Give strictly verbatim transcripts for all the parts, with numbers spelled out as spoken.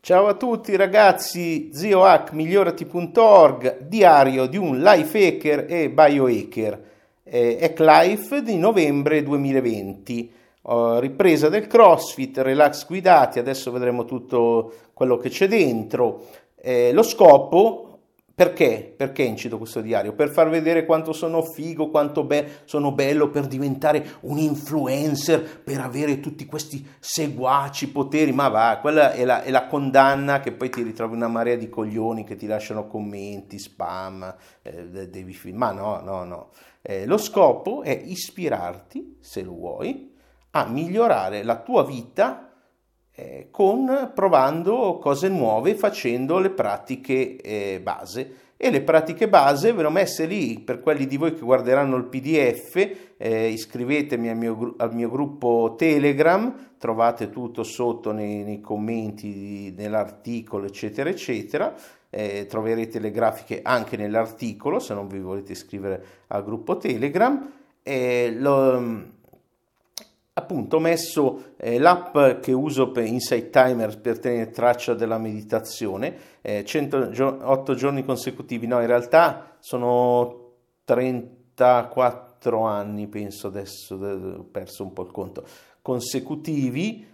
Ciao a tutti ragazzi, zio hack migliorati punto org, diario di un life hacker e biohacker, eh, Hack Life di novembre duemilaventi, uh, ripresa del CrossFit, relax guidati, adesso vedremo tutto quello che c'è dentro. Eh, lo scopo, perché? Perché incido questo diario? Per far vedere quanto sono figo, quanto be- sono bello per diventare un influencer, per avere tutti questi seguaci, poteri, ma va, quella è la, è la condanna che poi ti ritrovi una marea di coglioni che ti lasciano commenti, spam, eh, devi film. Ma no, no, no. Eh, lo scopo è ispirarti, se lo vuoi, a migliorare la tua vita eh, con provando cose nuove, facendo le pratiche eh, base. E le pratiche base ve le ho messe lì per quelli di voi che guarderanno il P D F. Eh, iscrivetemi al mio, al mio gruppo Telegram, trovate tutto sotto nei, nei commenti nell'articolo, eccetera eccetera. Eh, troverete le grafiche anche nell'articolo se non vi volete iscrivere al gruppo Telegram. Eh, lo, Appunto, ho messo eh, l'app che uso per Insight Timer per tenere traccia della meditazione, eh, centootto giorni consecutivi, no, in realtà sono trentaquattro anni, penso adesso, ho perso un po' il conto, consecutivi.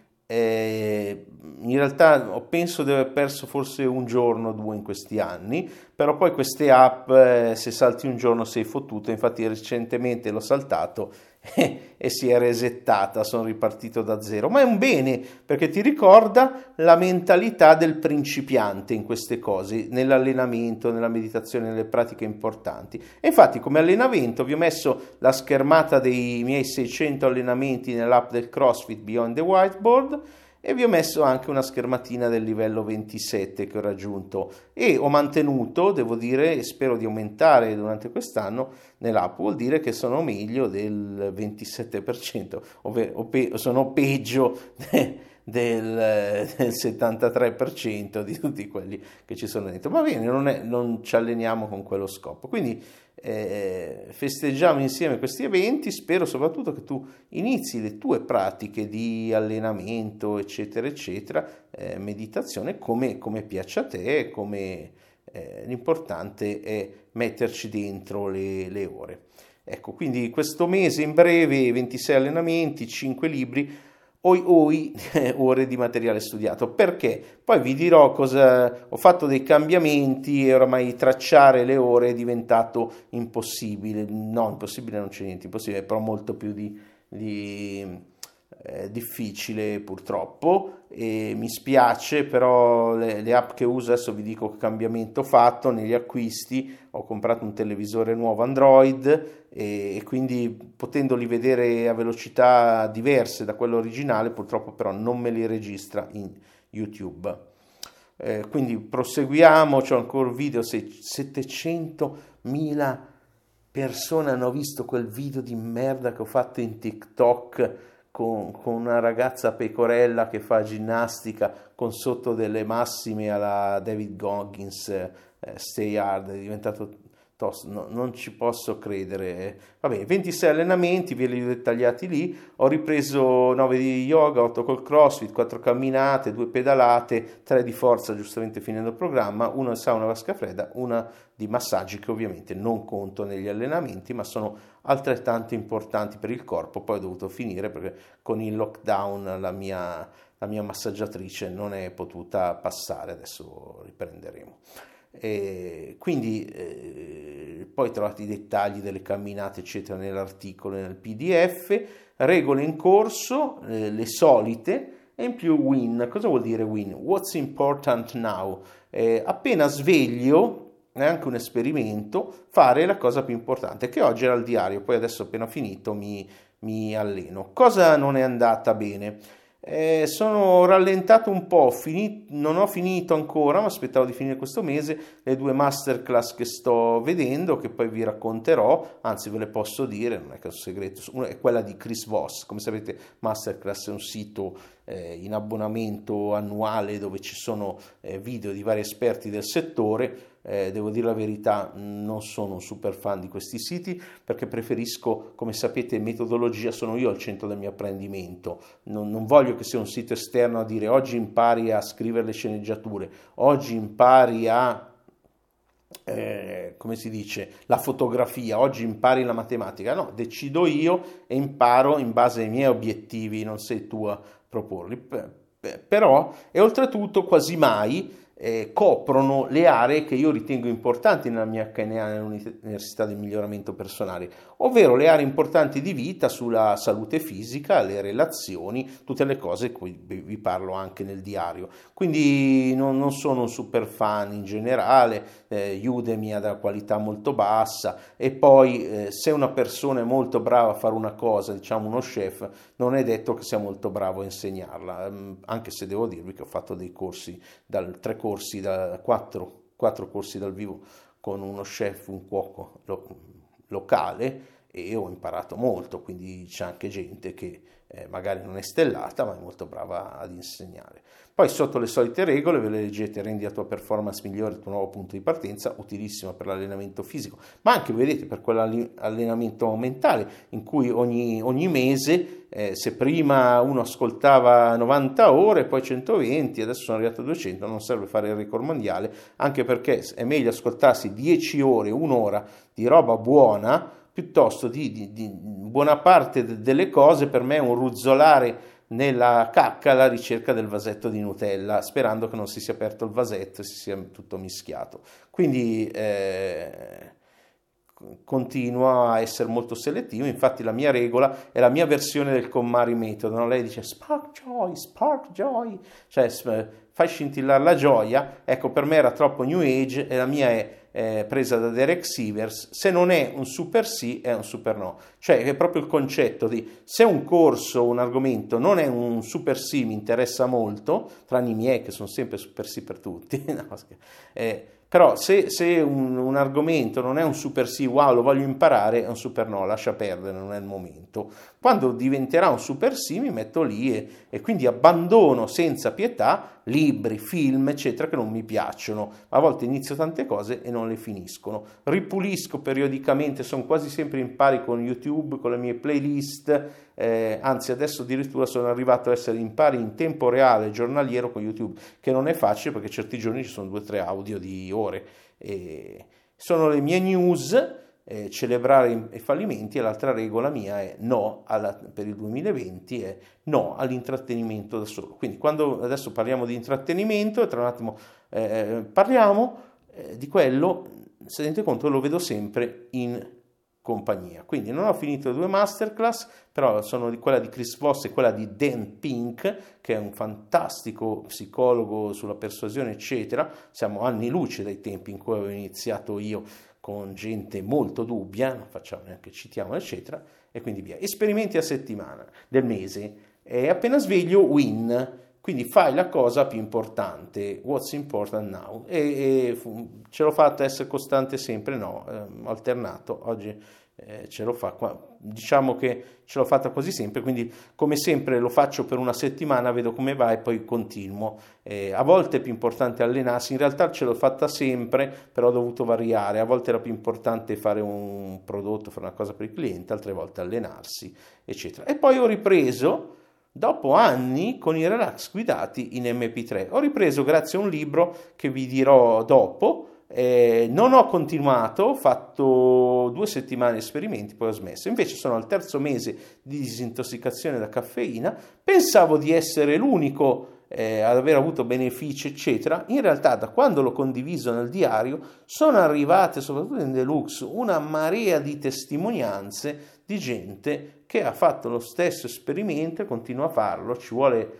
Eh, in realtà ho penso di aver perso forse un giorno o due in questi anni, però poi queste app, eh, se salti un giorno sei fottuto, infatti recentemente l'ho saltato e, e si è resettata, sono ripartito da zero, ma è un bene perché ti ricorda la mentalità del principiante in queste cose, nell'allenamento, nella meditazione, nelle pratiche importanti. E infatti come allenamento vi ho messo la schermata dei miei seicento allenamenti nell'app del CrossFit Beyond the Whiteboard e vi ho messo anche una schermatina del livello ventisette che ho raggiunto e ho mantenuto, devo dire, e spero di aumentare durante quest'anno nell'app, vuol dire che sono meglio del ventisette per cento, ovvero pe- sono peggio de- del, del settantatré per cento di tutti quelli che ci sono dentro. Va bene, non, è, non ci alleniamo con quello scopo, quindi eh, festeggiamo insieme questi eventi. Spero soprattutto che tu inizi le tue pratiche di allenamento, eccetera eccetera, eh, meditazione come, come piace a te, come eh, l'importante è metterci dentro le, le ore. Ecco, quindi questo mese in breve ventisei allenamenti, cinque libri, oi oi ore di materiale studiato. Perché? Poi vi dirò cosa ho fatto, dei cambiamenti e oramai tracciare le ore è diventato impossibile. No, impossibile non c'è niente, impossibile, però molto più di, di eh, difficile purtroppo, e mi spiace, però le, le app che uso, adesso vi dico che cambiamento ho fatto negli acquisti. Ho comprato un televisore nuovo Android e, e quindi potendoli vedere a velocità diverse da quello originale, purtroppo però non me li registra in YouTube. Eh, quindi proseguiamo, c'ho ancora un video, settecentomila persone hanno visto quel video di merda che ho fatto in TikTok con, con una ragazza pecorella che fa ginnastica con sotto delle massime alla David Goggins, eh, Stay Hard, è diventato tosto, no, non ci posso credere. Vabbè, ventisei allenamenti, ve li ho dettagliati lì. Ho ripreso nove di yoga, otto col CrossFit, quattro camminate, due pedalate, tre di forza, giustamente finendo il programma, una sauna vasca fredda, una di massaggi che ovviamente non conto negli allenamenti, ma sono altrettanto importanti per il corpo. Poi ho dovuto finire perché con il lockdown la mia, la mia massaggiatrice non è potuta passare, adesso riprenderemo. E quindi eh, poi trovate i dettagli delle camminate eccetera nell'articolo e nel P D F, regole in corso, eh, le solite, e in più win. Cosa vuol dire win? What's important now? Eh, appena sveglio, è anche un esperimento, fare la cosa più importante, che oggi era il diario, poi adesso appena finito mi, mi alleno. Cosa non è andata bene? Eh, sono rallentato un po', finito, non ho finito ancora, ma aspettavo di finire questo mese le due masterclass che sto vedendo, che poi vi racconterò, anzi ve le posso dire, non è che è un segreto. Una è quella di Chris Voss, come sapete Masterclass è un sito eh, in abbonamento annuale dove ci sono eh, video di vari esperti del settore. Eh, devo dire la verità, non sono un super fan di questi siti perché preferisco, come sapete, metodologia, sono io al centro del mio apprendimento. Non, non voglio che sia un sito esterno a dire oggi impari a scrivere le sceneggiature, oggi impari a Eh, come si dice, la fotografia, oggi impari la matematica. No, decido io e imparo in base ai miei obiettivi, non sei tu a proporli. Però, e oltretutto quasi mai eh, coprono le aree che io ritengo importanti nella mia H N A, nell'Università del Miglioramento Personale, ovvero le aree importanti di vita sulla salute fisica, le relazioni, tutte le cose di cui vi parlo anche nel diario. Quindi non, non sono un super fan in generale, eh, Udemy ha da qualità molto bassa e poi eh, se una persona è molto brava a fare una cosa, diciamo uno chef, non è detto che sia molto bravo a insegnarla, um, anche se devo dirvi che ho fatto dei corsi, dal, tre corsi, da quattro, quattro corsi dal vivo con uno chef, un cuoco lo, locale e ho imparato molto, quindi c'è anche gente che eh, magari non è stellata ma è molto brava ad insegnare. Poi sotto le solite regole ve le leggete: rendi la tua performance migliore il tuo nuovo punto di partenza, utilissima per l'allenamento fisico, ma anche vedete per quell'allenamento mentale in cui ogni, ogni mese eh, se prima uno ascoltava novanta ore, poi centoventi, adesso sono arrivato a duecento, non serve fare il record mondiale, anche perché è meglio ascoltarsi dieci ore, un'ora di roba buona piuttosto di, di, di buona parte de, delle cose. Per me è un ruzzolare nella cacca alla ricerca del vasetto di Nutella, sperando che non si sia aperto il vasetto e si sia tutto mischiato. Quindi eh, continuo a essere molto selettivo. Infatti la mia regola è la mia versione del KonMari metodo, no? Lei dice spark joy, spark joy, cioè fai scintillare la gioia. Ecco, per me era troppo new age e la mia è Eh, presa da Derek Sivers: se non è un super sì è un super no, cioè è proprio il concetto di se un corso, un argomento non è un super sì, mi interessa molto, tranne i miei che sono sempre super sì per tutti no, eh, però se, se un, un argomento non è un super sì, wow, lo voglio imparare, è un super no, lascia perdere, non è il momento. Quando diventerà un super sì mi metto lì e, e quindi abbandono senza pietà libri, film, eccetera, che non mi piacciono. A volte inizio tante cose e non le finiscono. Ripulisco periodicamente, sono quasi sempre in pari con YouTube, con le mie playlist, eh, anzi adesso addirittura sono arrivato a essere in pari in tempo reale, giornaliero con YouTube, che non è facile perché certi giorni ci sono due o tre audio di ore. E sono le mie news. Eh, celebrare i fallimenti, e l'altra regola mia è no alla, per il duemilaventi è no all'intrattenimento da solo. Quindi quando adesso parliamo di intrattenimento e tra un attimo eh, parliamo eh, di quello, se tenete conto lo vedo sempre in compagnia. Quindi non ho finito le due masterclass, però sono di quella di Chris Voss e quella di Dan Pink, che è un fantastico psicologo sulla persuasione eccetera. Siamo anni luce dai tempi in cui avevo iniziato io con gente molto dubbia, non facciamo neanche, citiamo eccetera, e quindi via. Esperimenti a settimana del mese, e appena sveglio win, quindi fai la cosa più importante, what's important now, e, e ce l'ho fatta essere costante sempre? No, eh, ho alternato, oggi eh, ce l'ho fatta, diciamo che ce l'ho fatta quasi sempre, quindi come sempre lo faccio per una settimana, vedo come va e poi continuo. Eh, a volte è più importante allenarsi, in realtà ce l'ho fatta sempre, però ho dovuto variare, a volte era più importante fare un prodotto, fare una cosa per il cliente, altre volte allenarsi, eccetera. E poi ho ripreso, dopo anni, con i relax guidati in emme pi tre, ho ripreso grazie a un libro che vi dirò dopo. Eh, non ho continuato, ho fatto due settimane di esperimenti, poi ho smesso. Invece sono al terzo mese di disintossicazione da caffeina, pensavo di essere l'unico eh, ad aver avuto benefici eccetera. In realtà da quando l'ho condiviso nel diario sono arrivate, soprattutto in Deluxe, una marea di testimonianze di gente che ha fatto lo stesso esperimento e continua a farlo, ci vuole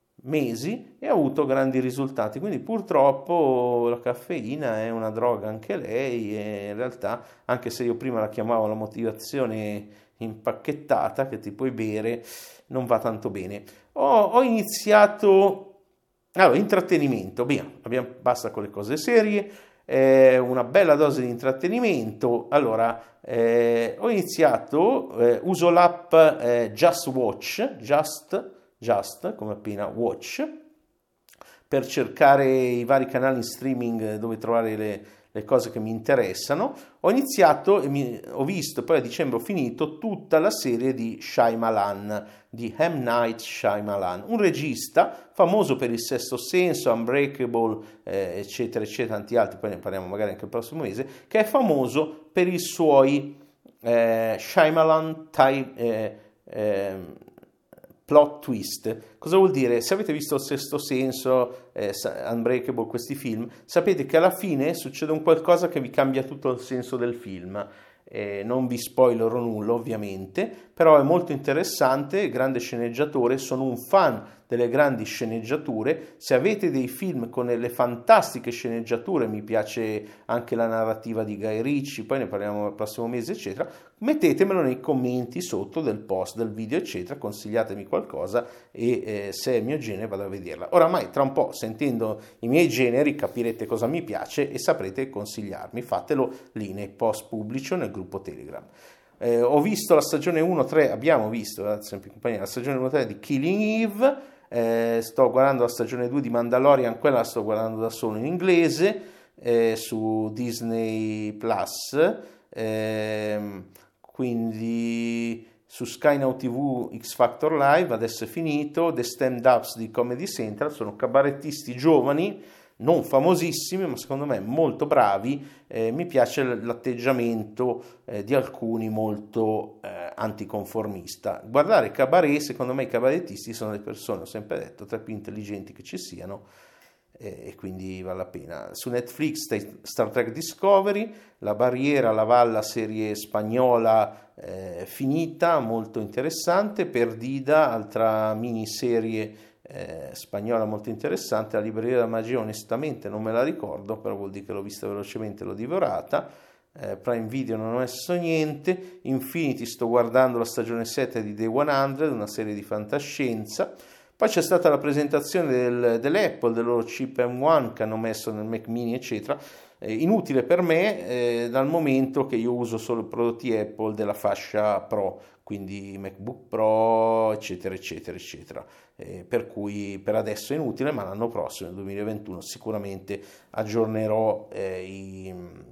mesi e ha avuto grandi risultati. Quindi purtroppo la caffeina è una droga anche lei, e in realtà, anche se io prima la chiamavo la motivazione impacchettata che ti puoi bere, non va tanto bene. Ho, ho iniziato allora, intrattenimento, bene, abbiamo, basta con le cose serie, eh, una bella dose di intrattenimento. Allora eh, ho iniziato, eh, uso l'app eh, Just Watch, Just Just, come appena Watch, per cercare i vari canali in streaming dove trovare le, le cose che mi interessano. Ho iniziato e mi, ho visto, poi a dicembre ho finito tutta la serie di Shyamalan, di M. Night Shyamalan, un regista famoso per Il Sesto Senso, Unbreakable, eh, eccetera, eccetera, tanti altri, poi ne parliamo magari anche il prossimo mese, che è famoso per i suoi eh, Shyamalan type, eh, eh, plot twist. Cosa vuol dire? Se avete visto Il Sesto Senso, eh, Unbreakable, questi film, sapete che alla fine succede un qualcosa che vi cambia tutto il senso del film. Eh, non vi spoilerò nulla ovviamente, però è molto interessante, grande sceneggiatore, sono un fan delle grandi sceneggiature. Se avete dei film con le fantastiche sceneggiature, mi piace anche la narrativa di Guy Ritchie, poi ne parliamo il prossimo mese eccetera, mettetemelo nei commenti sotto del post, del video eccetera, consigliatemi qualcosa e eh, se è il mio genere vado a vederla. Oramai tra un po', sentendo i miei generi, capirete cosa mi piace e saprete consigliarmi, fatelo lì nei post pubblici o nel gruppo Telegram. Eh, ho visto la stagione uno tre, abbiamo visto eh, sempre in compagnia la stagione uno tre di Killing Eve, eh, sto guardando la stagione due di Mandalorian, quella la sto guardando da solo in inglese, eh, su Disney Plus, eh, quindi su Sky Now T V X Factor Live, adesso è finito, The Stand-Ups di Comedy Central, sono cabarettisti giovani, non famosissimi, ma secondo me molto bravi. Eh, mi piace l'atteggiamento eh, di alcuni molto eh, anticonformista. Guardare cabaret, secondo me i cabarettisti sono le persone, ho sempre detto, tra i più intelligenti che ci siano, eh, e quindi vale la pena. Su Netflix Star Trek Discovery, La Barriera, la Valla, serie spagnola eh, finita, molto interessante. Perdida, altra miniserie Eh, spagnola molto interessante. La Libreria della Magia onestamente non me la ricordo, però vuol dire che l'ho vista velocemente, l'ho divorata. eh, Prime Video non ho messo niente. Infinity, sto guardando la stagione sette di The cento, una serie di fantascienza. Poi c'è stata la presentazione del, dell'Apple, del loro chip M uno che hanno messo nel Mac Mini eccetera. Eh, inutile per me eh, dal momento che io uso solo prodotti Apple della fascia Pro, quindi MacBook Pro eccetera eccetera eccetera, eh, per cui per adesso è inutile, ma l'anno prossimo, nel duemilaventuno, sicuramente aggiornerò eh, i,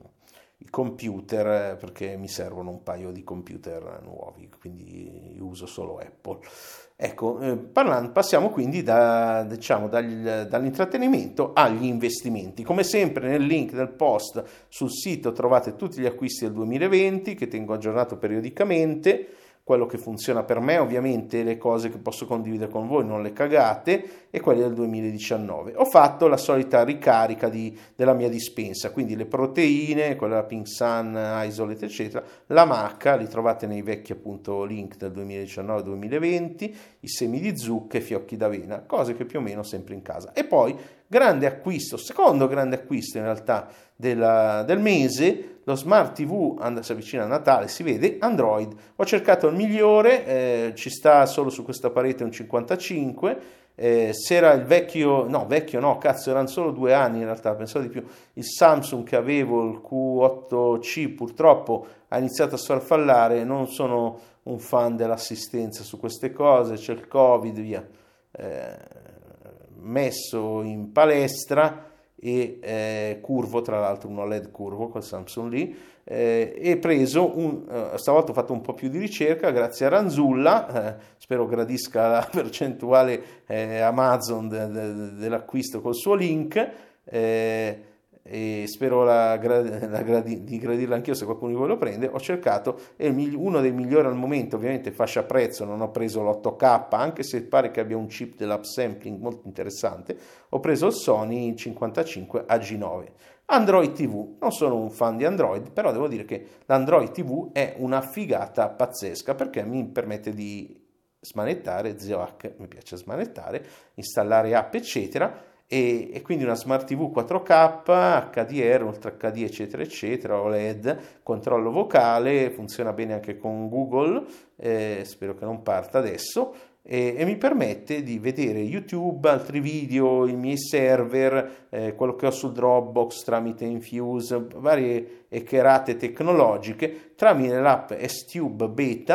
i computer, eh, perché mi servono un paio di computer nuovi, quindi io uso solo Apple. Ecco, eh, parlando, passiamo quindi da, diciamo, dagli, dall'intrattenimento agli investimenti. Come sempre nel link del post sul sito trovate tutti gli acquisti del duemilaventi che tengo aggiornato periodicamente, quello che funziona per me, ovviamente le cose che posso condividere con voi, non le cagate, e quelle del duemiladiciannove. Ho fatto la solita ricarica di, della mia dispensa, quindi le proteine, quella Pink Sun, Isolate eccetera, la maca, li trovate nei vecchi appunto link del duemiladiciannove duemilaventi, i semi di zucca e fiocchi d'avena, cose che più o meno ho sempre in casa. E poi grande acquisto, secondo grande acquisto in realtà della, del mese, lo Smart T V, si avvicina a Natale, si vede, Android. Ho cercato il migliore, eh, ci sta solo su questa parete un cinquantacinque, eh, se era il vecchio, no vecchio no, cazzo erano solo due anni in realtà, pensavo di più, il Samsung che avevo, il Q otto C, purtroppo ha iniziato a sfarfallare, non sono un fan dell'assistenza su queste cose, c'è il Covid, via, eh, messo in palestra, e eh, curvo, tra l'altro uno L E D curvo col Samsung lì, eh, e preso un, eh, stavolta ho fatto un po' più di ricerca grazie a Ranzulla, eh, spero gradisca la percentuale eh, Amazon de, de, dell'acquisto col suo link, eh, e spero la, la gradi, di gradirla anch'io se qualcuno di voi lo prende. Ho cercato, è uno dei migliori al momento, ovviamente fascia prezzo, non ho preso l'otto K, anche se pare che abbia un chip dell'upsampling molto interessante. Ho preso il Sony cinquantacinque A G nove. Android T V, non sono un fan di Android, però devo dire che l'Android T V è una figata pazzesca, perché mi permette di smanettare, zio H, mi piace smanettare, installare app eccetera, E, e quindi una Smart T V quattro K, H D R, Ultra H D eccetera eccetera, O L E D, controllo vocale, funziona bene anche con Google, eh, spero che non parta adesso, e, e mi permette di vedere YouTube, altri video, i miei server, eh, quello che ho su Dropbox tramite Infuse, varie eccherate tecnologiche tramite l'app S-Tube Beta,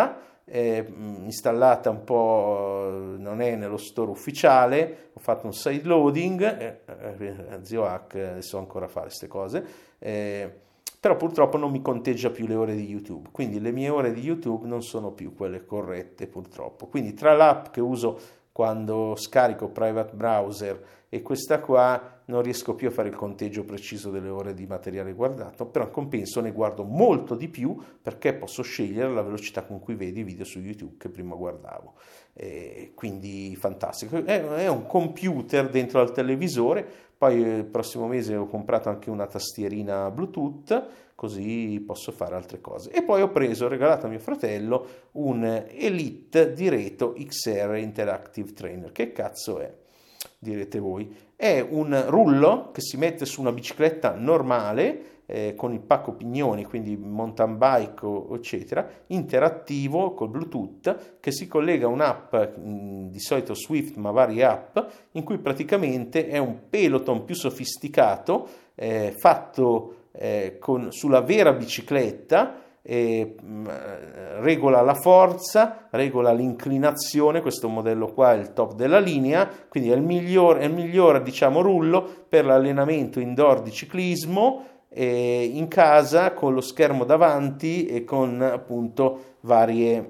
è installata un po', non è nello store ufficiale, ho fatto un side loading, eh, eh, zio Hack, so ancora fare queste cose, eh, però purtroppo non mi conteggia più le ore di YouTube, quindi le mie ore di YouTube non sono più quelle corrette purtroppo, quindi tra l'app che uso quando scarico Private Browser e questa qua non riesco più a fare il conteggio preciso delle ore di materiale guardato, però in compenso ne guardo molto di più perché posso scegliere la velocità con cui vedi i video su YouTube che prima guardavo, e quindi fantastico, è, è un computer dentro al televisore. Poi il prossimo mese ho comprato anche una tastierina Bluetooth, così posso fare altre cose. E poi ho preso, ho regalato a mio fratello un Elite Direto X R Interactive Trainer. Che cazzo è? Direte voi. È un rullo che si mette su una bicicletta normale, eh, con il pacco pignoni, quindi mountain bike o, eccetera, interattivo col Bluetooth, che si collega a un'app, mh, di solito Swift, ma varie app, in cui praticamente è un Peloton più sofisticato, eh, fatto eh, con, sulla vera bicicletta. E, mh, regola la forza, regola l'inclinazione. Questo modello qua è il top della linea, quindi è il miglior, è il migliore, diciamo, rullo per l'allenamento indoor di ciclismo, eh, in casa, con lo schermo davanti e con appunto varie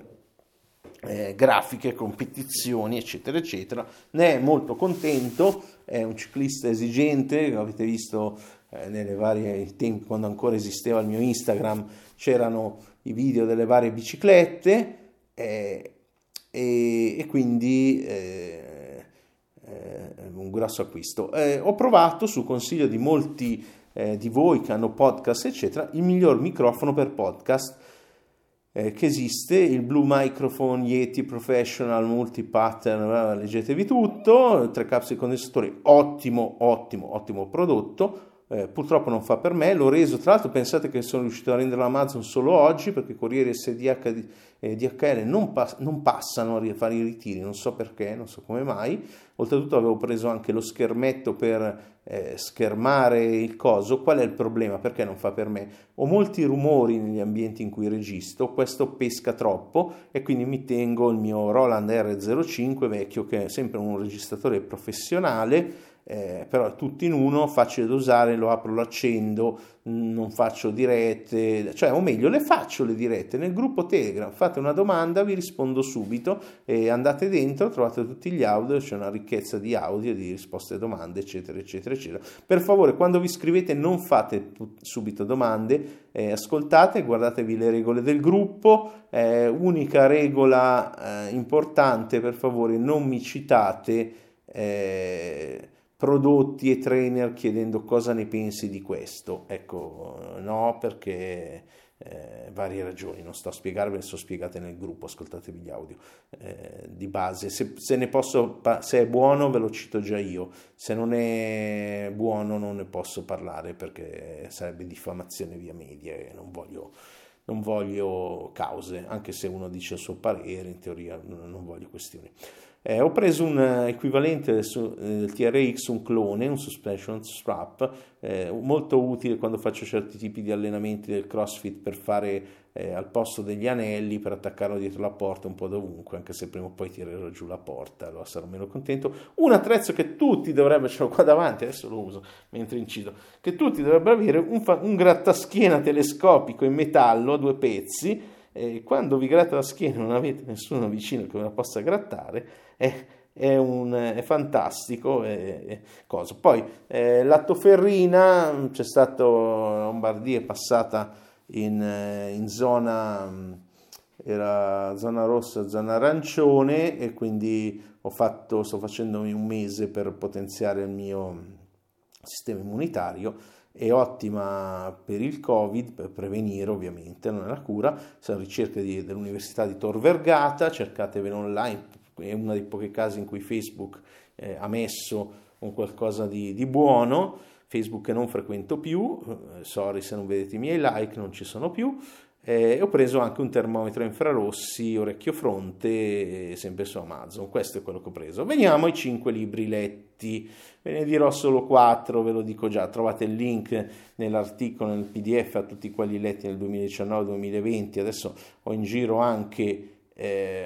eh, grafiche, competizioni, eccetera eccetera. Ne è molto contento, è un ciclista esigente, avete visto eh, nelle varie tempi, quando ancora esisteva il mio Instagram, c'erano i video delle varie biciclette, eh, e, e quindi eh, eh, un grosso acquisto. Eh, ho provato, su consiglio di molti eh, di voi che hanno podcast eccetera, il miglior microfono per podcast eh, che esiste, il Blue Microphone Yeti Professional Multi-Pattern, leggetevi tutto, tre capsule condensatori, ottimo, ottimo, ottimo prodotto. Eh, purtroppo non fa per me, l'ho reso, tra l'altro pensate che sono riuscito a renderlo Amazon solo oggi, perché Corriere S D H e D H L non, pass- non passano a fare i ritiri, non so perché, non so come mai. Oltretutto avevo preso anche lo schermetto per eh, schermare il coso. Qual è il problema? Perché non fa per me? Ho molti rumori negli ambienti in cui registro, questo pesca troppo e quindi mi tengo il mio Roland R zero cinque vecchio, che è sempre un registratore professionale, Eh, però è tutto in uno, facile da usare, lo apro, lo accendo, non faccio dirette, cioè o meglio le faccio le dirette nel gruppo Telegram. Fate una domanda, vi rispondo subito, e andate dentro, trovate tutti gli audio, c'è una ricchezza di audio, di risposte a domande eccetera eccetera eccetera. Per favore, quando vi scrivete non fate subito domande, eh, ascoltate, guardatevi le regole del gruppo. Eh, unica regola eh, importante, per favore non mi citate eh, prodotti e trainer chiedendo cosa ne pensi di questo. Ecco, no, perché eh, varie ragioni, non sto a spiegarvi, sono spiegate nel gruppo, ascoltatevi gli audio eh, di base. Se, se ne posso, se è buono ve lo cito già io, se non è buono non ne posso parlare perché sarebbe diffamazione via media e non voglio non voglio cause, anche se uno dice il suo parere, in teoria non voglio questioni. Eh, ho preso un equivalente del, del T R X, un clone, un suspension strap, eh, molto utile quando faccio certi tipi di allenamenti del CrossFit, per fare eh, al posto degli anelli, per attaccarlo dietro la porta un po' dovunque, anche se prima o poi tirerò giù la porta, allora sarò meno contento. Un attrezzo che tutti dovrebbero, ce l'ho qua davanti, adesso lo uso mentre incido, che tutti dovrebbero avere, un, fa, un grattaschiena telescopico in metallo a due pezzi. E quando vi gratta la schiena non avete nessuno vicino che ve la possa grattare, è, è, un, è fantastico. È, è cosa. Poi eh, lattoferrina, c'è stato la Lombardia, è passata in, in zona, era zona rossa, zona arancione, e quindi ho fatto, sto facendomi un mese per potenziare il mio sistema immunitario. È ottima per il Covid, per prevenire ovviamente, non è la cura. Sono ricerche di, dell'Università di Tor Vergata, cercatevelo online, è uno dei pochi casi in cui Facebook eh, ha messo un qualcosa di, di buono. Facebook che non frequento più, eh, sorry se non vedete i miei like, non ci sono più. Eh, ho preso anche un termometro infrarossi orecchio fronte, sempre su Amazon. Questo è quello che ho preso. Veniamo ai cinque libri letti, ve ne dirò solo quattro, ve lo dico già. Trovate il link nell'articolo, nel P D F, a tutti quelli letti nel duemiladiciannove duemilaventi. Adesso ho in giro anche eh,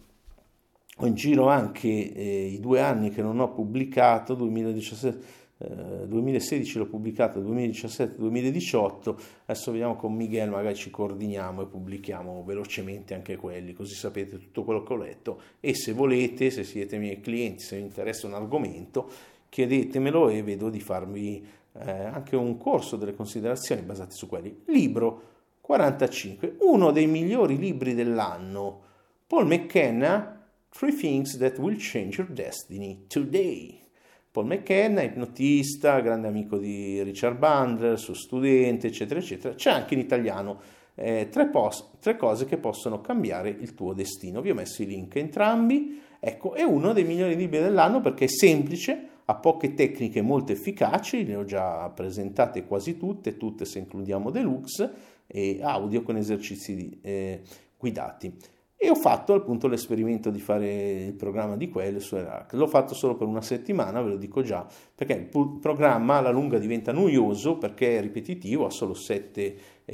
ho in giro anche eh, i due anni che non ho pubblicato, duemiladiciassette, eh, duemilasedici l'ho pubblicato, duemiladiciassette duemiladiciotto, adesso vediamo con Miguel, magari ci coordiniamo e pubblichiamo velocemente anche quelli, così sapete tutto quello che ho letto, e se volete, se siete miei clienti, se vi interessa un argomento, chiedetemelo e vedo di farvi eh, anche un corso delle considerazioni basate su quelli. Libro quarantacinque, uno dei migliori libri dell'anno, Paul McKenna, Three Things That Will Change Your Destiny Today. Paul McKenna, ipnotista, grande amico di Richard Bandler, suo studente, eccetera, eccetera. C'è anche in italiano eh, tre, pos- tre cose che possono cambiare il tuo destino. Vi ho messo i link entrambi. Ecco, è uno dei migliori libri dell'anno perché è semplice, ha poche tecniche molto efficaci, le ho già presentate quasi tutte, tutte se includiamo deluxe, e audio con esercizi di, eh, guidati. E ho fatto appunto l'esperimento di fare il programma di quello su Eracle. L'ho fatto solo per una settimana, ve lo dico già, perché il programma alla lunga diventa noioso perché è ripetitivo, ha solo sette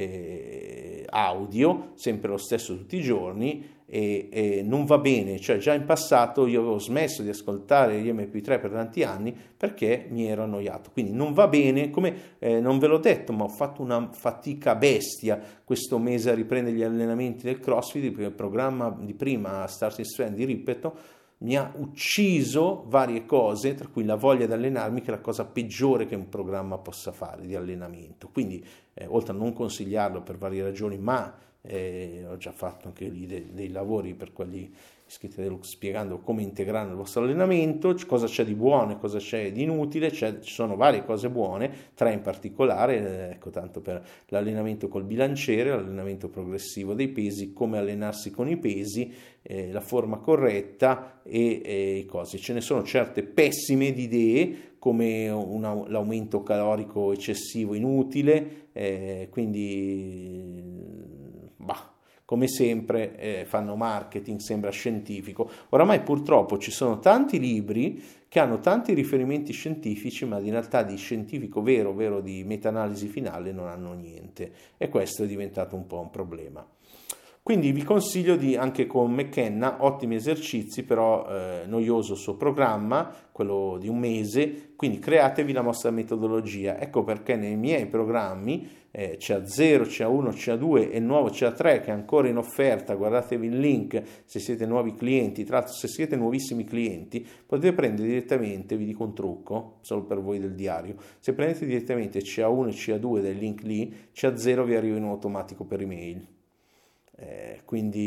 eh, audio, sempre lo stesso tutti i giorni, e, e non va bene. Cioè già in passato io avevo smesso di ascoltare gli emme pi tre per tanti anni perché mi ero annoiato, quindi non va bene. Come eh, non ve l'ho detto, ma ho fatto una fatica bestia questo mese a riprendere gli allenamenti del CrossFit. Il programma di prima, Starting Strength di Rippeto, mi ha ucciso varie cose, tra cui la voglia di allenarmi, che è la cosa peggiore che un programma possa fare di allenamento. Quindi eh, oltre a non consigliarlo per varie ragioni, ma eh, ho già fatto anche lì dei, dei lavori per quelli iscritti a Deluxe spiegando come integrare il vostro allenamento, cosa c'è di buono e cosa c'è di inutile. C'è, ci sono varie cose buone, tre in particolare, eh, ecco, tanto per l'allenamento col bilanciere, l'allenamento progressivo dei pesi, come allenarsi con i pesi, eh, la forma corretta e, e i cosi. Ce ne sono certe pessime di idee, come una, l'aumento calorico eccessivo inutile, eh, quindi bah, come sempre eh, fanno marketing, sembra scientifico. Oramai purtroppo ci sono tanti libri che hanno tanti riferimenti scientifici, ma in realtà di scientifico vero, vero di meta-analisi finale non hanno niente, e questo è diventato un po' un problema. Quindi vi consiglio di, anche con McKenna, ottimi esercizi, però eh, noioso il suo programma, quello di un mese, quindi createvi la vostra metodologia. Ecco perché nei miei programmi eh, C A zero, C A uno, C A due e il nuovo C A tre, che è ancora in offerta, guardatevi il link se siete nuovi clienti. Tra l'altro, se siete nuovissimi clienti potete prendere direttamente, vi dico un trucco solo per voi del diario, se prendete direttamente C A uno e C A due dai link lì, C A zero vi arriva in automatico per email. Eh,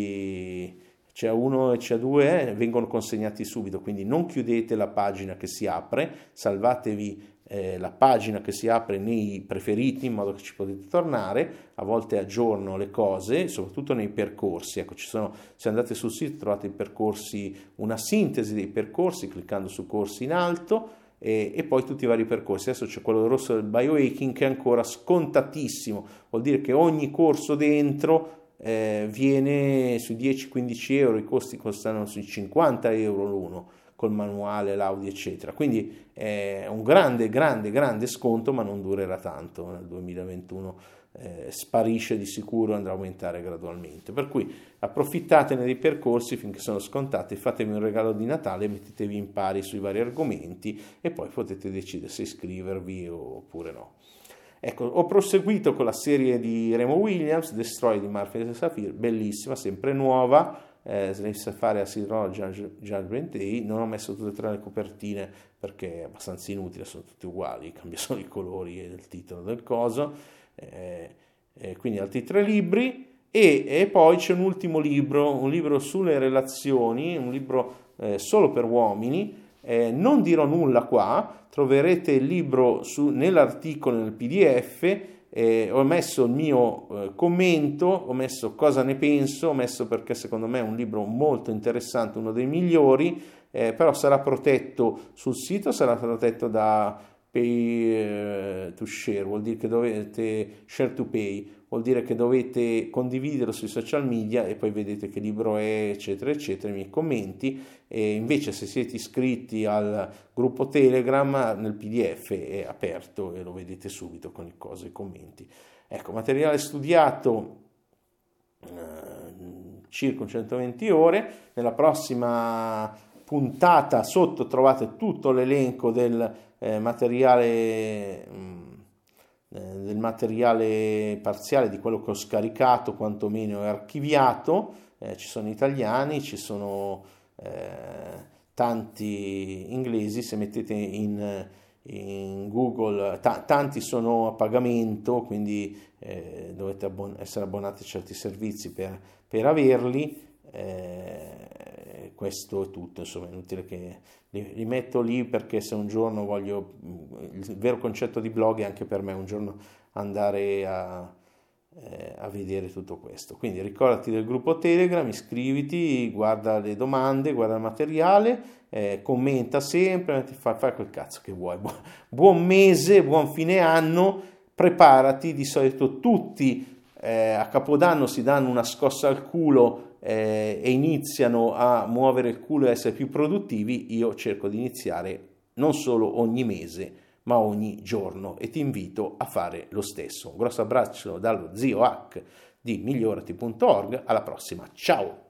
quindi C A uno e C A due vengono consegnati subito, quindi non chiudete la pagina che si apre, salvatevi eh, la pagina che si apre nei preferiti in modo che ci potete tornare. A volte aggiorno le cose, soprattutto nei percorsi. Ecco, ci sono, se andate sul sito trovate i percorsi, una sintesi dei percorsi cliccando su corsi in alto, e, e poi tutti i vari percorsi. Adesso c'è quello rosso del biohacking che è ancora scontatissimo, vuol dire che ogni corso dentro Eh, viene sui dieci quindici euro, i costi costano sui cinquanta euro l'uno, col manuale, l'audio eccetera, quindi è un grande grande grande sconto, ma non durerà tanto. Nel duemilaventuno eh, sparisce di sicuro, andrà a aumentare gradualmente, per cui approfittatene dei percorsi finché sono scontati, fatevi un regalo di Natale, mettetevi in pari sui vari argomenti e poi potete decidere se iscrivervi oppure no. Ecco, ho proseguito con la serie di Remo Williams, Destroy di Murphy Safir, bellissima, sempre nuova, eh, Slave Safari, Acid Road, Judgment Day. Non ho messo tutte e tre le copertine perché è abbastanza inutile, sono tutte uguali, cambia solo i colori e il titolo del coso, eh, eh, quindi altri tre libri, e, e poi c'è un ultimo libro, un libro sulle relazioni, un libro eh, solo per uomini. Eh, non dirò nulla qua, troverete il libro su, nell'articolo, nel P D F, eh, ho messo il mio eh, commento, ho messo cosa ne penso, ho messo perché secondo me è un libro molto interessante, uno dei migliori, eh, però sarà protetto sul sito, sarà protetto da pay uh, to share, vuol dire che dovete share to pay, vuol dire che dovete condividerlo sui social media e poi vedete che libro è, eccetera eccetera, i miei commenti. E invece se siete iscritti al gruppo Telegram, nel P D F è aperto e lo vedete subito con le cose e i commenti. Ecco, materiale studiato, circa centoventi ore. Nella prossima puntata sotto trovate tutto l'elenco del eh, materiale mh, del materiale parziale, di quello che ho scaricato, quantomeno è archiviato. Eh, ci sono italiani, ci sono eh, tanti inglesi, se mettete in, in Google, ta- tanti sono a pagamento, quindi eh, dovete abbon- essere abbonati a certi servizi per, per averli. Eh, questo è tutto, insomma, è inutile che li, li metto lì, perché se un giorno voglio, il vero concetto di blog è anche per me un giorno andare a, eh, a vedere tutto questo. Quindi ricordati del gruppo Telegram, iscriviti, guarda le domande, guarda il materiale, eh, commenta sempre, fai, fai quel cazzo che vuoi. Bu- buon mese, buon fine anno, preparati. Di solito tutti eh, a Capodanno si danno una scossa al culo eh, e iniziano a muovere il culo e essere più produttivi. Io cerco di iniziare non solo ogni mese, ma ogni giorno, e ti invito a fare lo stesso. Un grosso abbraccio dallo zio Hack di migliorati punto org, alla prossima, ciao!